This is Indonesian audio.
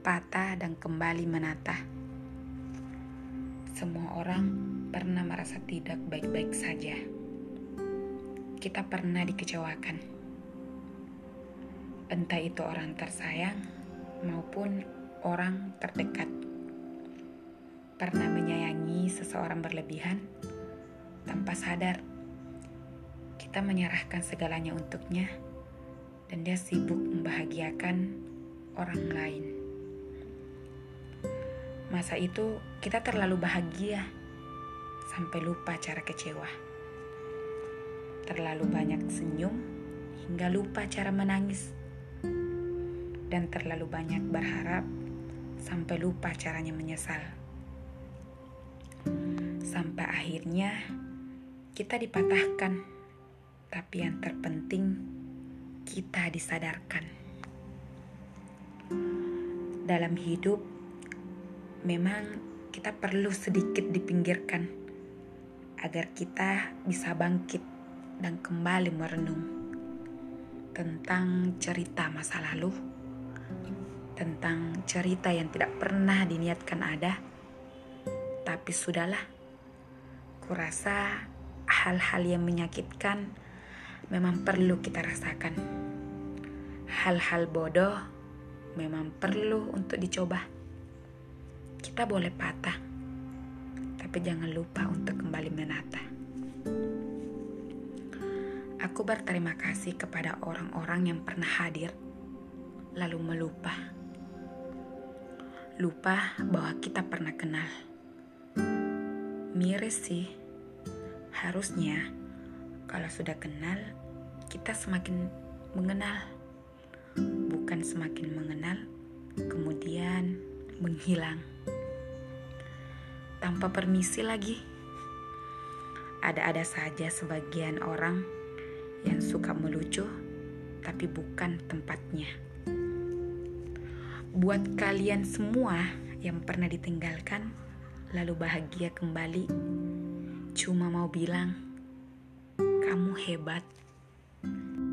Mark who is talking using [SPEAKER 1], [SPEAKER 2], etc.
[SPEAKER 1] patah dan kembali menata. Semua orang pernah merasa tidak baik-baik saja. Kita pernah dikecewakan. Entah itu orang tersayang maupun orang terdekat. Pernah menyayangi seseorang berlebihan tanpa sadar. Kita menyerahkan segalanya untuknya dan dia sibuk membahagiakan orang lain. Masa itu kita terlalu bahagia sampai lupa cara kecewa. Terlalu banyak senyum hingga lupa cara menangis. Dan terlalu banyak berharap sampai lupa caranya menyesal. Sampai akhirnya kita dipatahkan, tapi yang terpenting kita disadarkan. Dalam hidup memang kita perlu sedikit dipinggirkan agar kita bisa bangkit dan kembali merenung tentang cerita masa lalu, tentang cerita yang tidak pernah diniatkan ada. Tapi sudahlah, kurasa hal-hal yang menyakitkan memang perlu kita rasakan. Hal-hal bodoh memang perlu untuk dicoba. Kita boleh patah, tapi jangan lupa untuk kembali menata. Aku berterima kasih kepada orang-orang yang pernah hadir, lalu melupa. Lupa bahwa kita pernah kenal. Miris sih, harusnya kalau sudah kenal, kita semakin mengenal. Bukan semakin mengenal, kemudian menghilang. Tanpa permisi lagi. Ada-ada saja sebagian orang yang suka melucu, tapi bukan tempatnya. Buat kalian semua yang pernah ditinggalkan, lalu bahagia kembali, cuma mau bilang, kamu hebat.